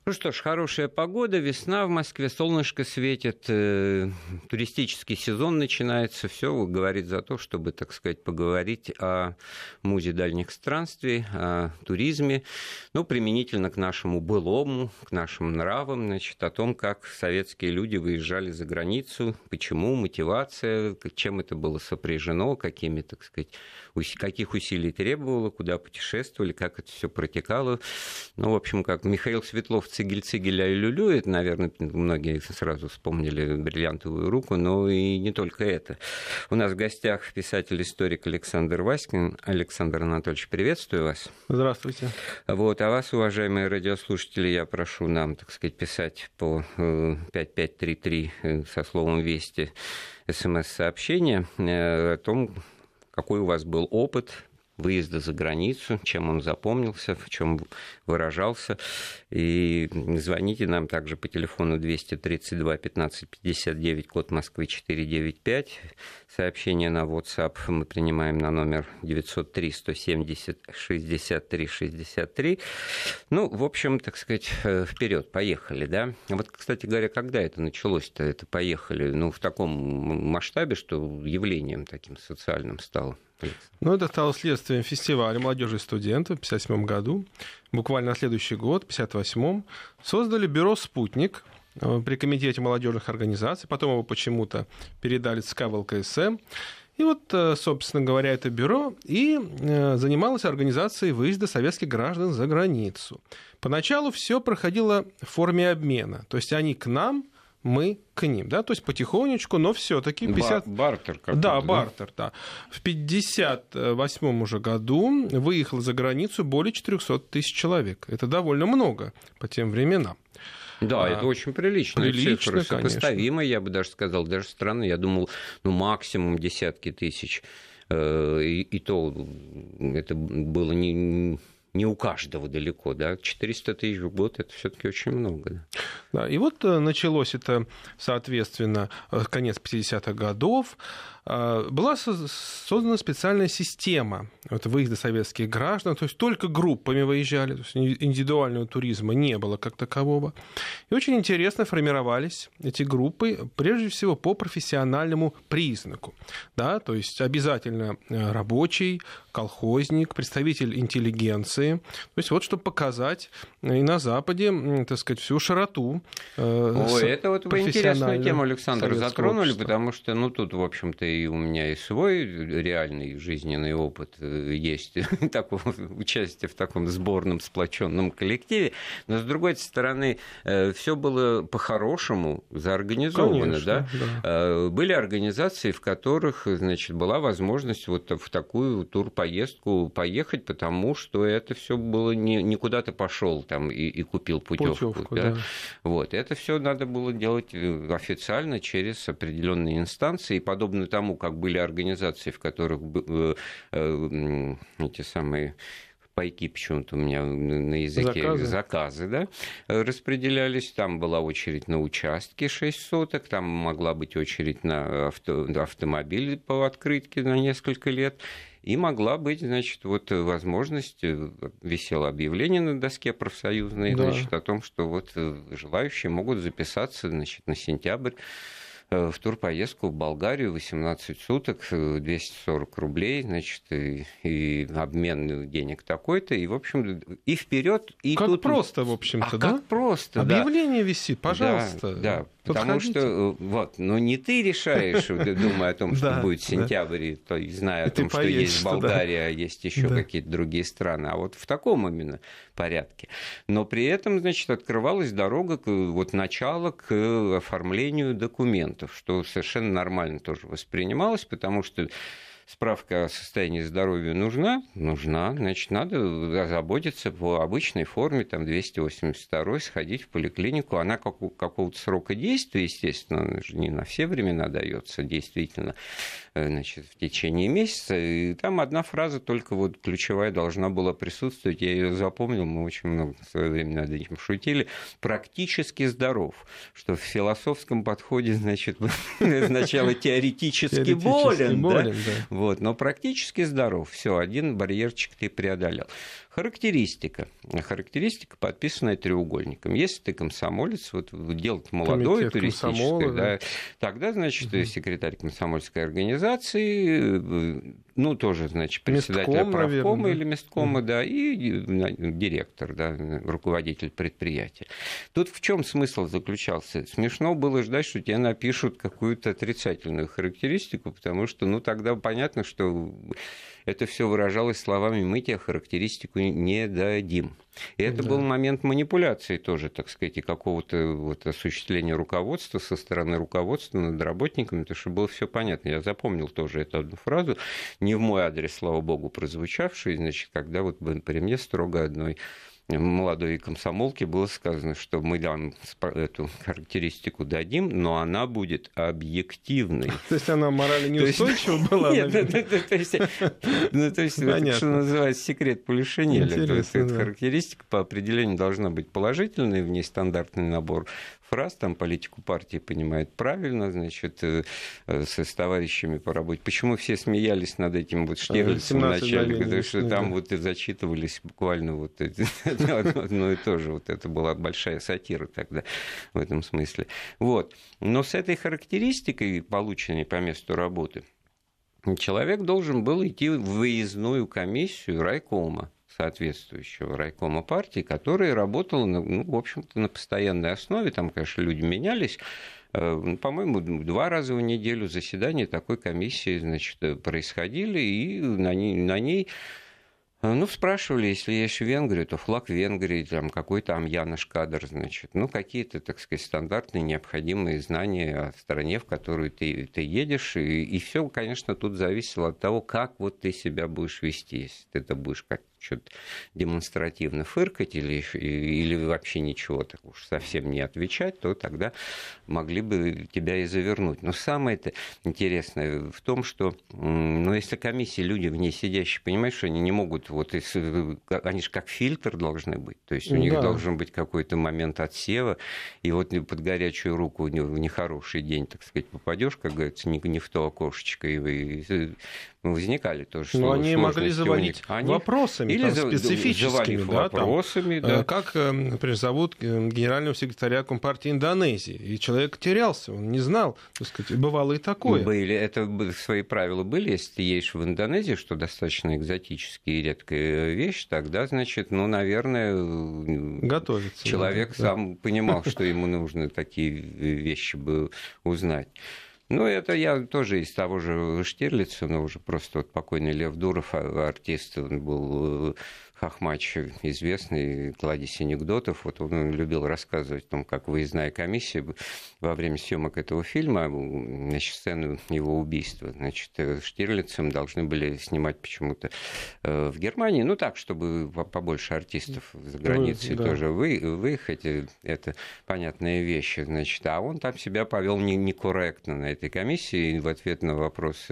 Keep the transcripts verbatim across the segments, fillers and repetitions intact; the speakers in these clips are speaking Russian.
Ну что ж, хорошая погода, весна в Москве, солнышко светит, э, туристический сезон начинается, все говорит за то, чтобы, так сказать, поговорить о музе дальних странствий, о туризме, ну, применительно к нашему былому, к нашим нравам, значит, о том, как советские люди выезжали за границу, почему, мотивация, чем это было сопряжено, какими, так сказать, ус- каких усилий требовало, куда путешествовали, как это все протекало. Ну, в общем, как Михаил Светлов «Цигель-цигель, ай-лю-лю», это, наверное, многие сразу вспомнили «Бриллиантовую руку», но и не только это. У нас в гостях писатель-историк Александр Васькин. Александр Анатольевич, приветствую вас. Здравствуйте. Вот, а вас, уважаемые радиослушатели, я прошу нам, так сказать, писать по пять пять три три со словом «Вести» смс-сообщение о том, какой у вас был опыт выезда за границу, чем он запомнился, в чем выражался. И звоните нам также по телефону двести тридцать два пятнадцать пятьдесят девять, код Москвы четыреста девяносто пять. Сообщение на WhatsApp мы принимаем на номер девятьсот три сто семьдесят шестьдесят три шестьдесят три. Ну, в общем, так сказать, вперед, поехали, да? Вот, кстати говоря, когда это началось-то, это поехали? Ну, в таком масштабе, что явлением таким социальным стало. Ну, это стало следствием фестиваля молодежи и студентов в тысяча девятьсот пятьдесят седьмом году. Буквально на следующий год, в тысяча девятьсот пятьдесят восьмом, создали бюро «Спутник» при Комитете молодежных организаций. Потом его почему-то передали ЦК ВЛКСМ. И вот, собственно говоря, это бюро и занималось организацией выезда советских граждан за границу. Поначалу все проходило в форме обмена. То есть они к нам, мы к ним, да, то есть потихонечку, но все-таки пятьдесят... Бартер какой-то, да, да, бартер, да. В пятьдесят восьмом уже году выехало за границу более четыреста тысяч человек. Это довольно много по тем временам. Да, а, это очень приличная прилично, цифра, сопоставимая, я бы даже сказал, даже странно. Я думал, ну, максимум десятки тысяч, и, и то это было не... не у каждого далеко, да, четыреста тысяч в год, это все-таки очень много. Да. Да, и вот началось это, соответственно, конец пятидесятых годов. Была создана специальная система вот, выезда советских граждан, то есть только группами выезжали, то есть индивидуального туризма не было как такового. И очень интересно формировались эти группы, прежде всего по профессиональному признаку. Да, то есть обязательно рабочий, колхозник, представитель интеллигенции. То есть вот чтобы показать и на Западе, так сказать, всю широту. Ой, это вот вы интересную тему, Александр, затронули, общества. Потому что, ну, тут, в общем-то, и у меня и свой реальный жизненный опыт есть такого участия в таком сборном, сплоченном коллективе. Но, с другой стороны, все было по-хорошему заорганизовано. Конечно, да? Да. Были организации, в которых, значит, была возможность вот в такую турпоездку поехать, потому что это все было не, не куда ты пошел там и, и купил путевку. путевку да? Да. Вот. Это все надо было делать официально через определенные инстанции, и подобно тому, как были организации, в которых эти самые пайки, почему-то у меня на языке заказы, заказы да, распределялись. Там была очередь на участке шесть соток, там могла быть очередь на авто, автомобиль по открытке на несколько лет. И могла быть, значит, вот возможность, висело объявление на доске профсоюзной, да. Значит, о том, что вот желающие могут записаться, значит, на сентябрь в турпоездку в Болгарию, восемнадцать суток, двести сорок рублей, значит, и, и обмен денег такой-то, и, в общем, и вперед, и как тут... просто, в общем-то, а да? Как просто, объявление да. висит, пожалуйста. Да, да. Потому что, вот, ну, не ты решаешь, думая о том, что будет сентябрь, то зная о том, что есть Болгария, а есть еще какие-то другие страны, а вот в таком именно порядке. Но при этом, значит, открывалась дорога, вот начало к оформлению документов, что совершенно нормально тоже воспринималось, потому что справка о состоянии здоровья нужна? Нужна. Значит, надо озаботиться по обычной форме, там, двести восемьдесят два, сходить в поликлинику. Она как, какого-то срока действия, естественно, не на все времена дается, действительно, значит, в течение месяца. И там одна фраза только вот ключевая должна была присутствовать. Я ее запомнил, мы очень много в свое время над этим шутили. Практически здоров. Что в философском подходе, значит, сначала теоретически болен, да? Вот, но практически здоров. Все, один барьерчик ты преодолел. Характеристика. Характеристика, подписанная треугольником. Если ты комсомолец, вот дело-то молодое, туристическое, да, да. Тогда, значит, угу. секретарь комсомольской организации, ну, тоже, значит, председатель местком, правкома наверное, или месткома, да, и директор, да, руководитель предприятия. Тут в чем смысл заключался? Смешно было ждать, что тебе напишут какую-то отрицательную характеристику, потому что, ну, тогда понятно, что это все выражалось словами «мы тебе характеристику не дадим». И это да. был момент манипуляции тоже, так сказать, и какого-то вот осуществления руководства со стороны руководства над работниками, потому что было все понятно. Я запомнил тоже эту одну фразу, не в мой адрес, слава богу, прозвучавшую, значит, когда вот при мне строго одной молодой комсомолке было сказано, что мы вам эту характеристику дадим, но она будет объективной. То есть она морально неустойчива была? Нет, то есть это что называется секрет Полишинеля. То есть эта характеристика по определению должна быть положительной, в ней стандартный набор фраз, там политику партии понимает правильно, значит, с, с товарищами по работе. Почему все смеялись над этим вот Штирлицем начальником, потому что да. там вот и зачитывались буквально вот одно и то же. Вот это была большая сатира тогда в этом смысле. Вот. Но с этой характеристикой, полученной по месту работы, человек должен был идти в выездную комиссию райкома, соответствующего райкома партии, которая работала, ну, в общем-то, на постоянной основе. Там, конечно, люди менялись. По-моему, два раза в неделю заседания такой комиссии, значит, происходили, и на ней, на ней ну, спрашивали, если есть в Венгрии, то флаг Венгрии, там какой-то Амьянош кадр, значит, ну, какие-то, так сказать, стандартные необходимые знания о стране, в которую ты, ты едешь, и, и все, конечно, тут зависело от того, как вот ты себя будешь вести, если ты это будешь как что-то демонстративно фыркать или, или вообще ничего так уж совсем не отвечать, то тогда могли бы тебя и завернуть. Но самое-то интересное в том, что, ну, если комиссии, люди в ней сидящие, понимают, что они не могут, вот, они же как фильтр должны быть, то есть у них да. должен быть какой-то момент отсева, и вот под горячую руку в нехороший день, так сказать, попадешь, как говорится, не, не в то окошечко, и, и возникали тоже Но они могли завалить они... вопросами, или там, специфическими, да, вопросами, там, да. Как, например, зовут генерального секретаря Компартии Индонезии, и человек терялся, он не знал, так сказать, бывало и такое. Были, это свои правила были, если ты едешь в Индонезию, что достаточно экзотическая и редкая вещь, тогда, значит, ну, наверное, готовится, человек да. сам понимал, что ему нужно такие вещи бы узнать. Ну, это я тоже из того же Штирлица, но уже просто вот покойный Лев Дуров, артист, он был хохмач известный, кладезь анекдотов. Вот он любил рассказывать о том, как выездная комиссия во время съемок этого фильма, значит, сцену его убийства, значит, Штирлицем должны были снимать почему-то в Германии, ну так, чтобы побольше артистов за границей ну, да. тоже вы, выехать, это понятные вещи, значит, а он там себя повел некорректно на этой комиссии, и в ответ на вопрос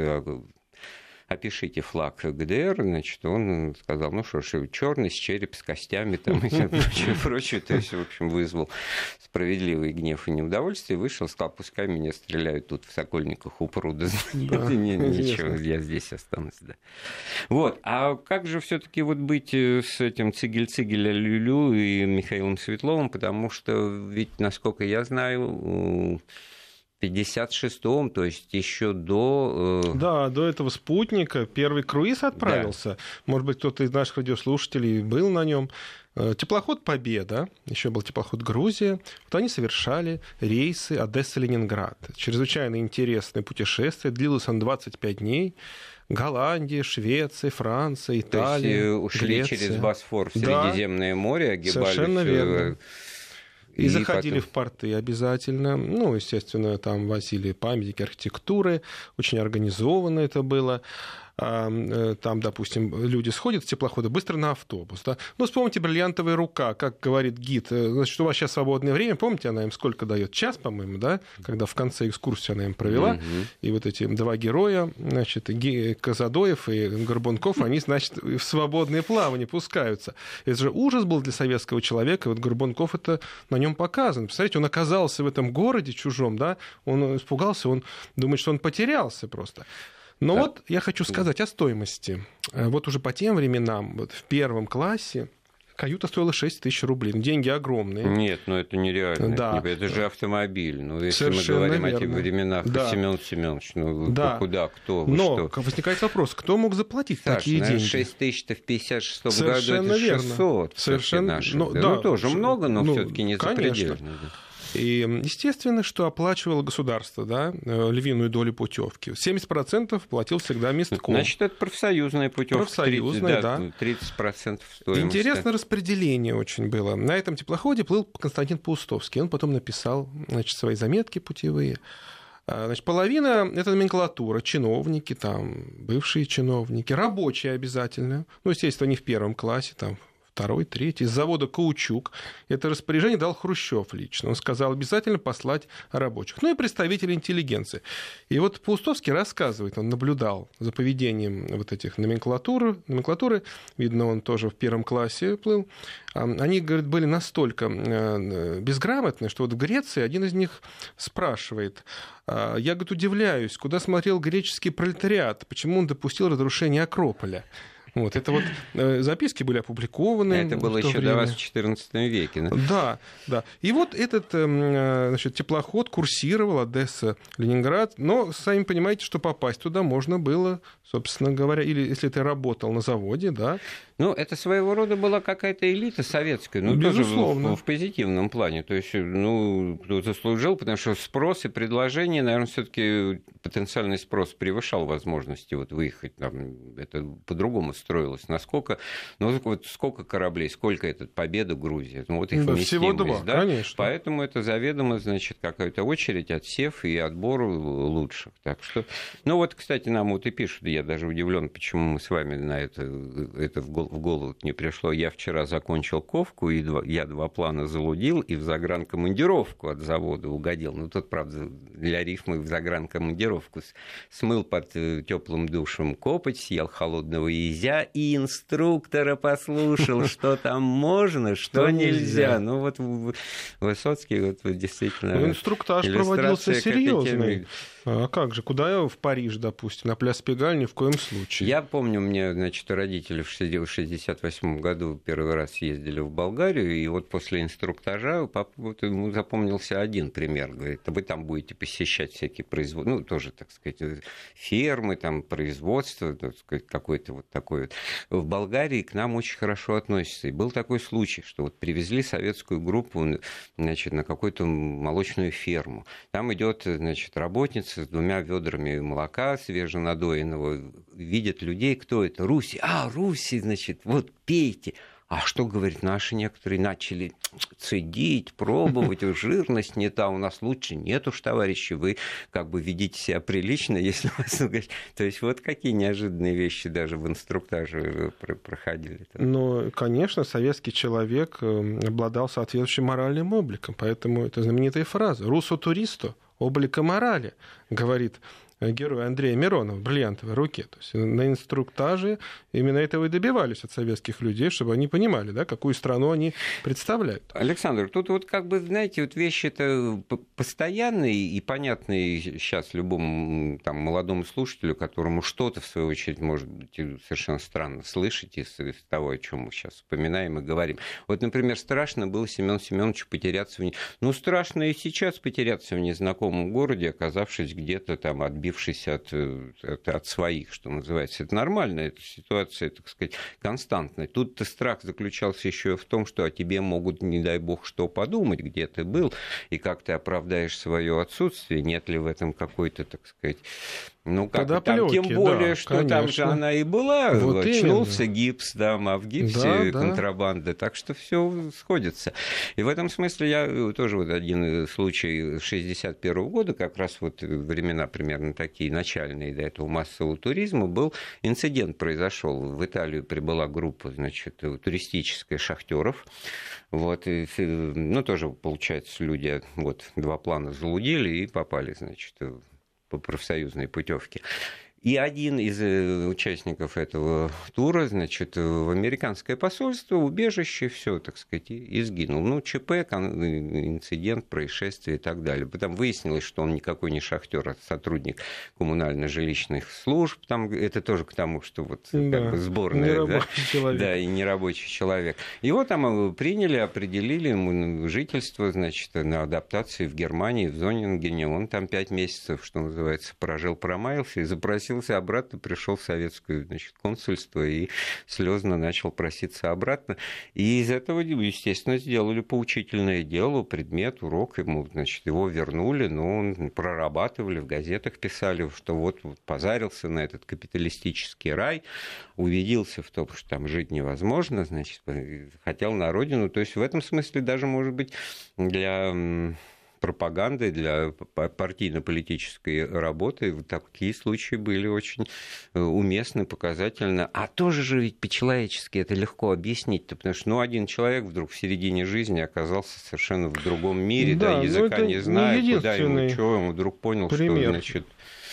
опишите флаг ГДР, значит, он сказал, ну что ж, черный, с череп, с костями, там, и прочее, прочее, то есть, в общем, вызвал справедливый гнев и неудовольствие, вышел, сказал, пускай меня стреляют тут в Сокольниках у пруда, ничего, я здесь останусь, да. Вот, а как же все-таки вот быть с этим Цигель-Цигеля Люлю и Михаилом Светловым, потому что ведь, насколько я знаю, в пятьдесят шестом, то есть еще до... Да, до этого спутника первый круиз отправился. Да. Может быть, кто-то из наших радиослушателей был на нем. Теплоход «Победа», еще был теплоход «Грузия». Вот они совершали рейсы Одесса-Ленинград. Чрезвычайно интересное путешествие. Длилось он двадцать пять дней. Голландия, Швеция, Франция, Италия, то есть ушли Греция. Через Босфор в Средиземное да, море, огибали... Совершенно верно. И, и заходили потом... в порты обязательно. Ну, естественно, там возили памятники архитектуры. Очень организованно это было. Там, допустим, люди сходят с теплохода быстро на автобус. Да? Ну, вспомните «Бриллиантовая рука», как говорит гид. Значит, у вас сейчас свободное время. Помните, она им сколько дает? Час, по-моему, да? Когда в конце экскурсии она им провела. Mm-hmm. И вот эти два героя, значит, Казадоев и Горбунков, они, значит, в свободное плавание пускаются. Это же ужас был для советского человека. Вот Горбунков это на нем показано. Посмотрите, он оказался в этом городе чужом, да? Он испугался, он думает, что он потерялся просто. Но да. вот я хочу сказать о стоимости. Вот уже по тем временам, вот в первом классе, каюта стоила шесть тысяч рублей. Деньги огромные. Нет, ну это нереально. Да. Это, это же автомобиль. Ну, если Совершенно мы говорим верно. о тех временах, да. Семен Семенович, ну да. куда, кто, вы Но что? возникает вопрос, кто мог заплатить Саша, такие наверное, деньги? шесть тысяч-то в пятьдесят шестом Совершенно году это верно. шестьсот. Совершенно... Наших, ну, да. да. ну, тоже много, но ну, все-таки не конечно. запредельно. И естественно, что оплачивало государство, да, львиную долю путевки. семьдесят процентов платил всегда местком. Значит, это профсоюзная путевка. Профсоюзная, тридцать, да. тридцать процентов стоимости. Интересное распределение очень было. На этом теплоходе плыл Константин Паустовский. Он потом написал, значит, свои заметки путевые. Значит, половина — это номенклатура, чиновники, там, бывшие чиновники, рабочие обязательно. Ну, естественно, не в первом классе, там, второй, третий, из завода «Каучук». Это распоряжение дал Хрущев лично. Он сказал, обязательно послать рабочих. Ну и представители интеллигенции. И вот Паустовский рассказывает, он наблюдал за поведением вот этих номенклатур, номенклатуры. Видно, он тоже в первом классе плыл. Они, говорит, были настолько безграмотны, что вот в Греции один из них спрашивает, я, говорит, удивляюсь, куда смотрел греческий пролетариат, почему он допустил разрушение Акрополя. Вот, это вот э, записки были опубликованы. Это было еще время. до вас в четырнадцатом веке. Да? да, да. И вот этот э, значит, теплоход курсировал Одесса, Ленинград, но сами понимаете, что попасть туда можно было, собственно говоря, или если ты работал на заводе, да. Ну, это своего рода была какая-то элита советская, ну, безусловно. Тоже в, в позитивном плане. То есть, ну, кто заслужил, потому что спрос и предложение, наверное, все-таки потенциальный спрос превышал возможности вот выехать. Там, это по-другому строилось. Насколько, ну, вот сколько кораблей, сколько это Победа, Грузия. Ну, вот их да, всего два, да? конечно. Поэтому это заведомо, значит, какая-то очередь, отсев и отбор лучших. Так что, ну, вот, кстати, нам вот и пишут, я даже удивлен, почему мы с вами на это, это в голову в голову не пришло. Я вчера закончил ковку, и два, я два плана залудил, и в загранкомандировку от завода угодил. Ну, тут, правда, для рифмы в загранкомандировку смыл под теплым душем копоть, съел холодного язя, и инструктора послушал, что там можно, что нельзя. Ну, вот Высоцкий, вот действительно... Ну, инструктаж проводился серьезный. А как же? Куда я в Париж, допустим? На пляж Пегаль ни в коем случае. Я помню, мне, значит, родители в шестьдесят восьмом году первый раз ездили в Болгарию, и вот после инструктажа папа, вот, ему запомнился один пример. Говорит, вы там будете посещать всякие производства, ну, тоже, так сказать, фермы, там, производство, так сказать, какое-то вот такое. В Болгарии к нам очень хорошо относятся. И был такой случай, что вот привезли советскую группу, значит, на какую-то молочную ферму. Там идет, значит, работница с двумя ведрами молока свеженадоенного, видят людей, кто это? Руси. А, Руси, значит, вот пейте. А что, говорит, наши некоторые начали цедить, пробовать, жирность не та, у нас лучше. Нет уж, товарищи, вы как бы ведите себя прилично, если вас... То есть вот какие неожиданные вещи даже в инструктаже проходили. Ну, конечно, советский человек обладал соответствующим моральным обликом, поэтому это знаменитая фраза «Русо туристо, облика морали», говорит герой Андрея Миронова в бриллиантовой руке. То есть на инструктаже именно этого и добивались от советских людей, чтобы они понимали, да, какую страну они представляют. Александр, тут вот как бы, знаете, вот вещи-то постоянные и понятные сейчас любому там, молодому слушателю, которому что-то, в свою очередь, может быть совершенно странно слышать из, из того, о чем мы сейчас вспоминаем и говорим. Вот, например, страшно было Семену Семеновичу потеряться в... Ну, страшно и сейчас потеряться в незнакомом городе, оказавшись где-то там отбившись от, от, от своих, что называется. Это нормально, эта ситуация, так сказать, константная. Тут-то страх заключался еще и в том, что о тебе могут, не дай бог, что подумать, где ты был, и как ты оправдаешь свое отсутствие, нет ли в этом какой-то, так сказать... Ну, как там, Подоплёки, тем более, да, что конечно. Там же она и была, вот очнулся именно. Гипс, да, а в гипсе да, контрабанда, да. Так что все сходится. И в этом смысле я тоже вот один случай шестьдесят первого года, как раз вот времена примерно такие начальные до этого массового туризма, был инцидент произошел. В Италию прибыла группа, значит, туристическая шахтеров. Вот, и, ну, тоже, получается, люди вот два плана залудили и попали, значит, по профсоюзной путевке. И один из участников этого тура, значит, в американское посольство, убежище, все, так сказать, и сгинул. Ну, ЧП, инцидент, происшествие и так далее. Потом выяснилось, что он никакой не шахтер, а сотрудник коммунально-жилищных служб. Там, это тоже к тому, что вот да, как бы сборная, да, да, и нерабочий человек. Его там приняли, определили ему жительство, значит, на адаптации в Германии, в Зонингене. Он там пять месяцев, что называется, прожил, промаялся и запросился обратно, пришел в советское, значит, консульство и слезно начал проситься обратно. И из этого, естественно, сделали поучительное дело, предмет, урок ему, значит, его вернули, но он прорабатывали, в газетах писали, что вот, вот позарился на этот капиталистический рай, убедился в том, что там жить невозможно, значит, хотел на родину. То есть в этом смысле даже, может быть, для пропаганды, для партийно-политической работы вот такие случаи были очень уместны, показательны. А тоже же ведь по-человечески это легко объяснить-то, потому что ну, один человек вдруг в середине жизни оказался совершенно в другом мире, да, да, языка не зная, не куда ему, что, ему вдруг понял, пример. Что, значит...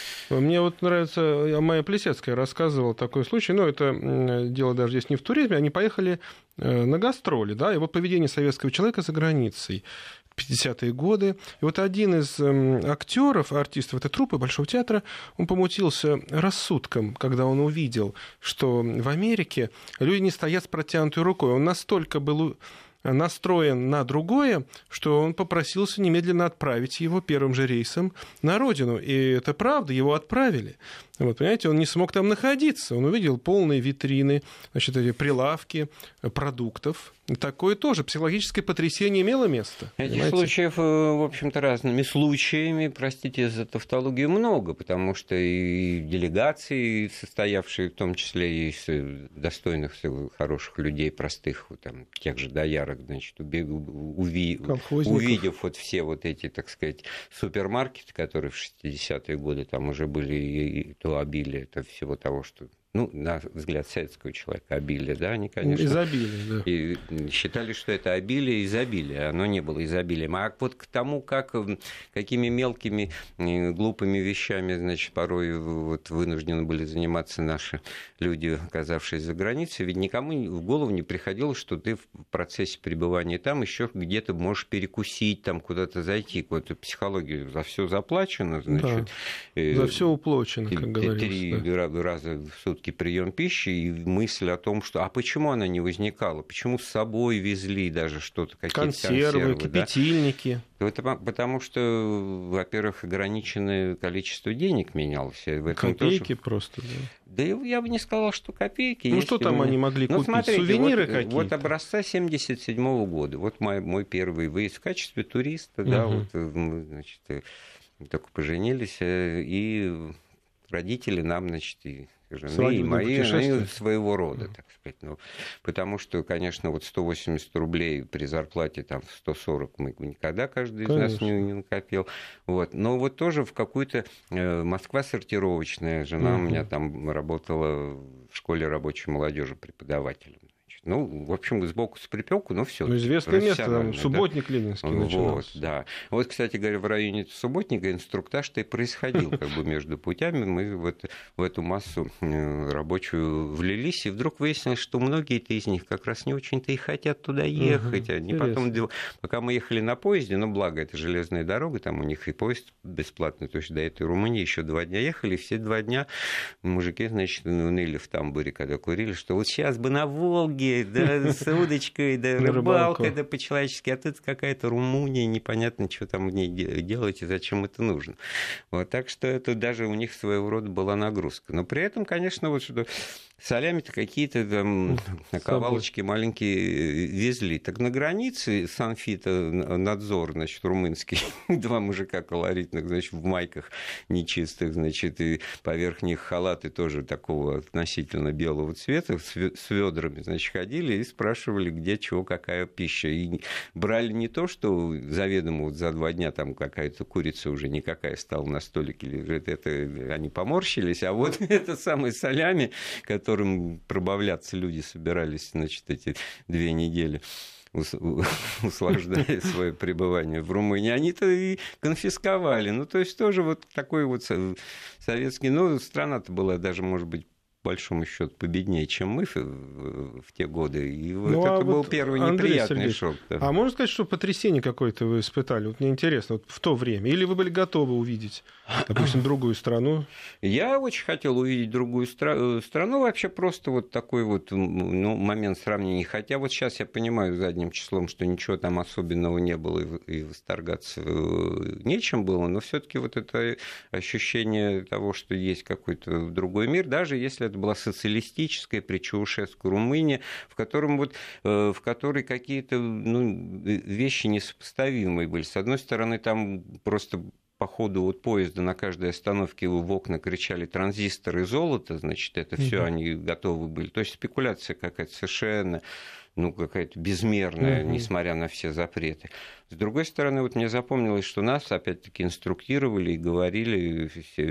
Мне вот нравится, Майя Плесецкая рассказывала такой случай, но это дело даже здесь не в туризме, они поехали на гастроли, да, и вот поведение советского человека за границей. пятидесятые годы. И вот один из актеров, артистов этой труппы Большого театра, он помутился рассудком, когда он увидел, что в Америке люди не стоят с протянутой рукой. Он настолько был настроен на другое, что он попросился немедленно отправить его первым же рейсом на родину. И это правда, его отправили. Вот, понимаете, он не смог там находиться. Он увидел полные витрины, значит, эти прилавки продуктов. Такое тоже психологическое потрясение имело место. Этих понимаете? Случаев, в общем-то, разными случаями, простите за тавтологию, много, потому что и делегации, состоявшие в том числе из достойных, хороших людей, простых, там, тех же доярок, значит, уви... увидев вот все вот эти, так сказать, супермаркеты, которые в шестидесятые годы там уже были, и то обилие, это всего того, что... Ну, на взгляд советского человека, обилие, да, они, конечно... Изобилие, да. И считали, что это обилие, изобилие. Оно не было изобилием. А вот к тому, как, какими мелкими, глупыми вещами, значит, порой вот вынуждены были заниматься наши люди, оказавшись за границей, ведь никому в голову не приходило, что ты в процессе пребывания там еще где-то можешь перекусить, там куда-то зайти, какую-то психологию. За все заплачено, значит. Да, за все уплочено, как говорится. Три да. раза в сутки прием пищи, и мысль о том, что а почему она не возникала, почему с собой везли даже что-то, какие-то консервы, консервы, кипятильники. Да? Это потому что, во-первых, ограниченное количество денег менялось. В этом копейки тоже... просто, да. Да я бы не сказал, что копейки. Ну что там мы... они могли ну, купить? Смотрите, сувениры вот, какие-то? Вот образца семьдесят седьмого года. Вот мой, мой первый выезд в качестве туриста, угу. да, вот мы, значит, только поженились, и родители нам, значит, и жены, и мои, они своего рода, так сказать. Ну, потому что, конечно, вот сто восемьдесят рублей при зарплате там, в сто сорок мы никогда каждый конечно. из нас не, не накопил. Вот. Но вот тоже в какую-то... Э, Москва сортировочная, жена угу. у меня там работала в школе рабочей молодежи преподавателем. Ну, в общем, сбоку с припеку, но все. Ну, известное место, там, Субботник да? Ленинский вот, начинался. Да. Вот, кстати говоря, в районе Субботника инструктаж-то и происходил как бы между путями. Мы в эту, в эту массу рабочую влились, и вдруг выяснилось, что многие-то из них как раз не очень-то и хотят туда ехать. Угу, Они потом, пока мы ехали на поезде, ну, благо, это железная дорога, там у них и поезд бесплатный, то есть до этой Румынии еще два дня ехали, и все два дня мужики, значит, ныли в тамбуре, когда курили, что вот сейчас бы на Волге, да, с удочкой, да, рыбалкой, да, по-человечески, а тут какая-то Румыния, непонятно, что там в ней делать и зачем это нужно. Вот, так что это даже у них своего рода была нагрузка. Но при этом, конечно, вот что солями-то какие-то там наковалочки маленькие везли. Так на границе санфитонадзор, значит, румынский, два мужика колоритных, значит, в майках нечистых, значит, и поверх них халаты тоже такого относительно белого цвета, с ведрами, значит, ходили и спрашивали, где, чего, какая пища. И брали не то, что заведомо вот за два дня там какая-то курица уже никакая стала на столике лежит, это они поморщились, а вот это самое солями, которым пробавляться люди собирались, значит, эти две недели услаждая свое пребывание в Румынии, они-то и конфисковали. Ну, то есть тоже вот такой вот советский... Ну, страна-то была даже, может быть, по большому счету победнее, чем мы в, в те годы. И вот ну, это а был вот первый неприятный шок. Да. А можно сказать, что потрясение какое-то вы испытали? Вот мне интересно, вот в то время. Или вы были готовы увидеть, допустим, другую страну? Я очень хотел увидеть другую стра- страну. Вообще просто вот такой вот ну, момент сравнения. Хотя вот сейчас я понимаю задним числом, что ничего там особенного не было и восторгаться нечем было. Но все-таки вот это ощущение того, что есть какой-то другой мир, даже если это была социалистическая при Чаушеску Румыния, в, котором вот, в которой какие-то ну, вещи несопоставимые были. С одной стороны, там просто по ходу вот поезда на каждой остановке в окна кричали транзисторы золото, значит, это все mm-hmm. они готовы были. То есть спекуляция какая-то совершенно ну, какая-то безмерная, mm-hmm. несмотря на все запреты. С другой стороны, вот мне запомнилось, что нас опять-таки инструктировали и говорили,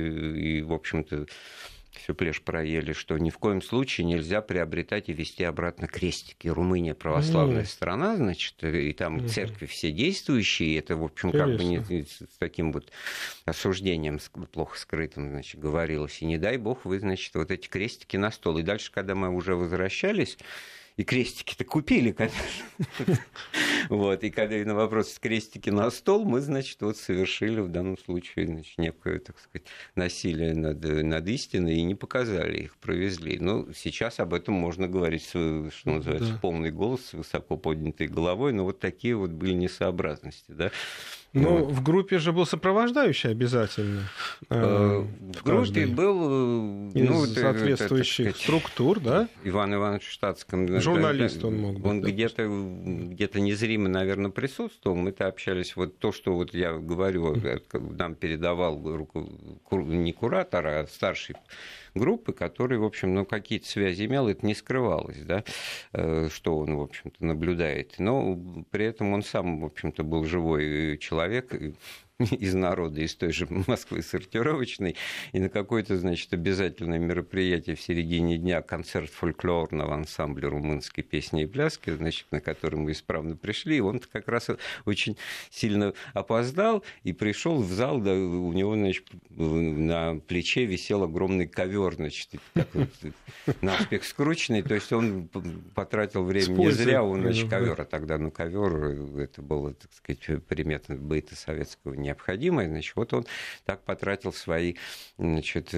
и, в общем-то, всю плешь проели, что ни в коем случае нельзя приобретать и везти обратно крестики. Румыния православная mm. страна, значит, и там mm. церкви все действующие, и это, в общем, Конечно. Как бы не, с таким вот осуждением плохо скрытым, значит, говорилось. И не дай бог вы, значит, вот эти крестики на стол. И дальше, когда мы уже возвращались, и крестики-то купили, конечно. Вот, и когда на вопрос крестики на стол, мы, значит, вот совершили в данном случае, значит, некое, так сказать, насилие над, над истиной и не показали их, провезли. Ну, сейчас об этом можно говорить, что называется, да. полный голос, с высоко поднятой головой, но вот такие вот были несообразности, да. Ну, вот. В группе же был сопровождающий обязательно. В, в группе был из ну, соответствующих это, так сказать, структур, да? Иван Иванович в штатском. Журналист он мог быть. Он где-то, где-то незримо, наверное, присутствовал. Мы-то общались, вот то, что вот я говорю, нам передавал не куратор, а старший группы, который, в общем, ну, какие-то связи имел, это не скрывалось, да, что он, в общем-то, наблюдает. Но при этом он сам, в общем-то, был живой человек, из народа, из той же Москвы сортировочной, и на какое-то, значит, обязательное мероприятие в середине дня, концерт фольклорного ансамбля румынской песни и пляски, значит, на который мы исправно пришли, и он как раз очень сильно опоздал и пришел в зал, да, у него, значит, на плече висел огромный ковер, значит, такой наспех скрученный, то есть он потратил время не зря, он, значит, ковер, а тогда, ну, ковер, это было, так сказать, примета быта советского не необходимое, значит, вот он так потратил свои, значит,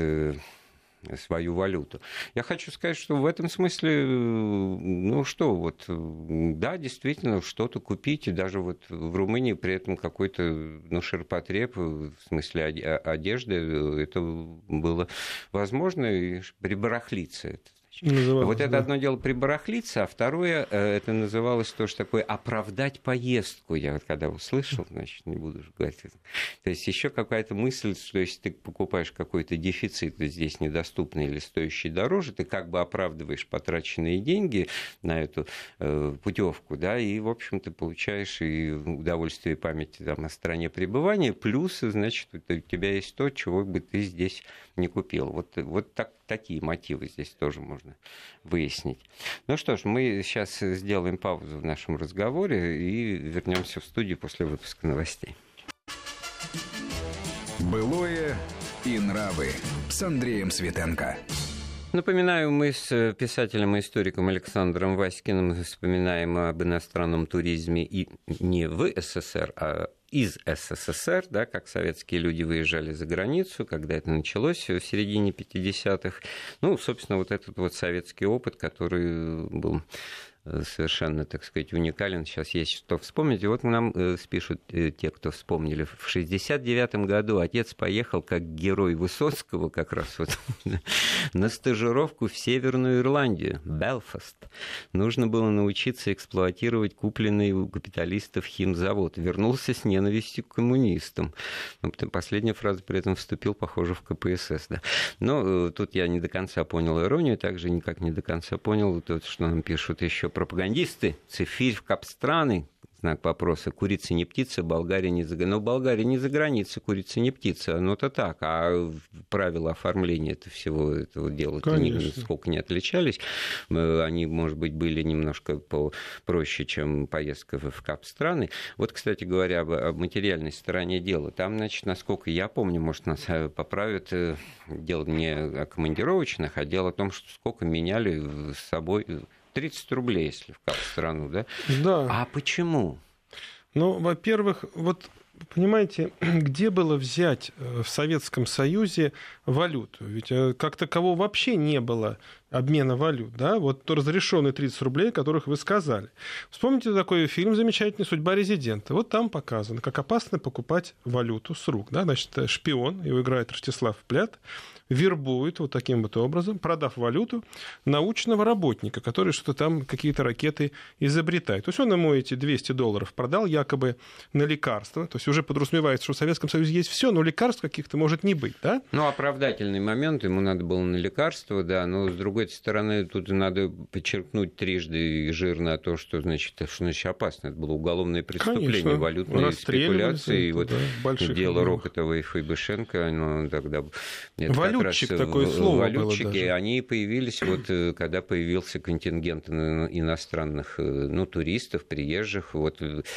свою валюту. Я хочу сказать, что в этом смысле, ну что, вот, да, действительно, что-то купить, и даже вот в Румынии при этом какой-то, ну, ширпотреб, в смысле одежды, это было возможно, и прибарахлиться это. Называлось, вот это да. одно дело прибарахлиться, а второе, это называлось тоже такое оправдать поездку. Я вот когда услышал, значит, не буду говорить. То есть еще какая-то мысль, что если ты покупаешь какой-то дефицит здесь недоступный или стоящий дороже, ты как бы оправдываешь потраченные деньги на эту э, путевку, да, и, в общем, ты получаешь и удовольствие и память там, о стране пребывания, плюс, значит, у тебя есть то, чего бы ты здесь не купил. Вот, вот так, такие мотивы здесь тоже можно выяснить. Ну что ж, мы сейчас сделаем паузу в нашем разговоре и вернемся в студию после выпуска новостей. Былое и нравы с Андреем Светенко. Напоминаю, мы с писателем и историком Александром Васькиным вспоминаем об иностранном туризме и не в СССР, а из СССР, да, как советские люди выезжали за границу, когда это началось в середине пятидесятых. Ну, собственно, вот этот вот советский опыт, который был совершенно, так сказать, уникален. Сейчас есть что вспомнить. И вот нам э, спишут э, те, кто вспомнили. В шестьдесят девятом году отец поехал как герой Высоцкого как раз вот на стажировку в Северную Ирландию, Белфаст. Нужно было научиться эксплуатировать купленный у капиталистов химзавод. Вернулся с ненавистью к коммунистам. Ну, последняя фраза при этом вступил, похоже, в ка пэ эс эс. Да. Но э, тут я не до конца понял иронию, также никак не до конца понял то, что нам пишут еще пропагандисты, цифирь в капстраны, знак вопроса. Курица не птица, Болгария не за границей. Но Болгария не за границей, курица не птица. Ну-то так. А правила оформления это всего этого дела нисколько не отличались. Они, может быть, были немножко попроще, чем поездка в кап-страны. Вот, кстати говоря, об материальной стороне дела. Там, значит, насколько я помню, может, нас поправят, дело не о командировочных, а дело о том, что сколько меняли с собой... тридцать рублей, если в кап-страну, да? Да. А почему? Ну, во-первых, вот понимаете, где было взять в Советском Союзе валюту? Ведь как такового вообще не было обмена валют, да? Вот разрешенные тридцать рублей, о которых вы сказали. Вспомните такой фильм замечательный «Судьба резидента». Вот там показано, как опасно покупать валюту с рук, да? Значит, шпион, его играет Ростислав Плят, вербует вот таким вот образом, продав валюту, научного работника, который что-то там, какие-то ракеты изобретает. То есть он ему эти двести долларов продал якобы на лекарства. То есть уже подразумевается, что в Советском Союзе есть все, но лекарств каких-то может не быть, да? Ну, оправдательный момент, ему надо было на лекарства, да, но с другой стороны, тут надо подчеркнуть трижды жирно то, что, значит, что значит опасно. Это было уголовное преступление, конечно, валютные спекуляции. И вот да, дело Рокотова и Фейбышенко, оно тогда... Это Валютчик, такое слово валютчики, было даже. Они появились, вот, когда появился контингент иностранных, ну, туристов, приезжих, вот,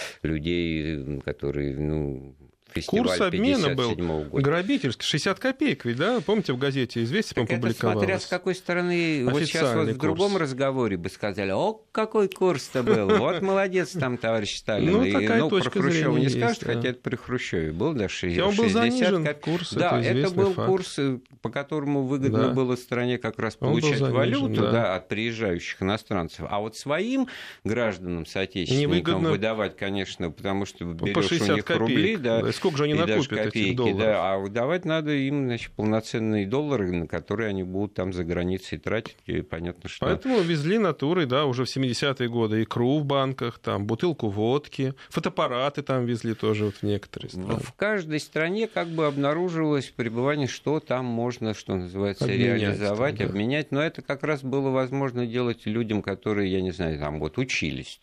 людей, которые, ну... Курс обмена был грабительский, шестьдесят копеек ведь, да? Помните, в газете «Известия» так публиковалось? Это смотря с какой стороны. Вот сейчас вот в другом разговоре бы сказали, о, какой курс-то был, вот молодец там, товарищ Сталин. Ну, и, такая ну точка про Хрущева не скажут, да. хотя это при Хрущеве был, да, шестьдесят. Он был занижен, курс, да, это, это был факт. Курс, по которому выгодно да. было стране как раз получать занижен, валюту да. Да, от приезжающих иностранцев. А вот своим гражданам, соотечественникам выдавать, конечно, потому что берешь у них копеек. рубли, да, да, сколько же они накупят? Копейки, да, а выдавать надо им, значит, полноценные доллары, на которые они будут там за границей тратить, и понятно, что... Поэтому везли натурой, да, уже в семидесятые годы икру в банках, там, бутылку водки, фотоаппараты там везли тоже вот в некоторые страны. В каждой стране как бы обнаружилось пребывание, что там можно, что называется, обменять, реализовать, там, да. обменять, но это как раз было возможно делать людям, которые, я не знаю, там вот учились.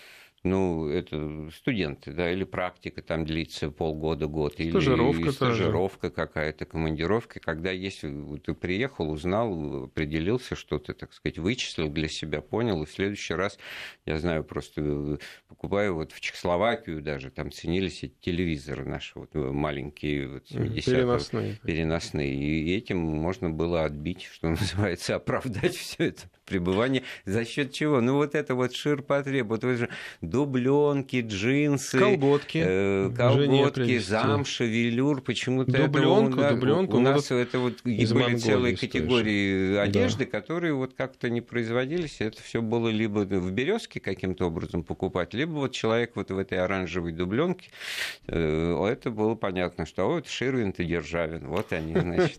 Ну, это студенты, да, или практика там длится полгода, год, стажировка или стажировка какая-то, командировка, когда есть, ты приехал, узнал, определился, что ты, так сказать, вычислил для себя, понял, и в следующий раз, я знаю, просто покупаю вот в Чехословакию даже, там ценились эти телевизоры наши, вот маленькие, вот семидесятые, переносные. переносные, и этим можно было отбить, что называется, оправдать все это пребывание, за счет чего? Ну, вот это вот ширпотреб, вот вы же дубленки, джинсы, колготки, э, колготки замша, велюр, почему-то дубленку, это у, дубленку, у нас вот это вот и были целые категории тоже. одежды, да. которые вот как-то не производились, это все было либо в Березке каким-то образом покупать, либо вот человек вот в этой оранжевой дубленке, э, это было понятно, что вот Ширвинд и Державин, вот они, значит...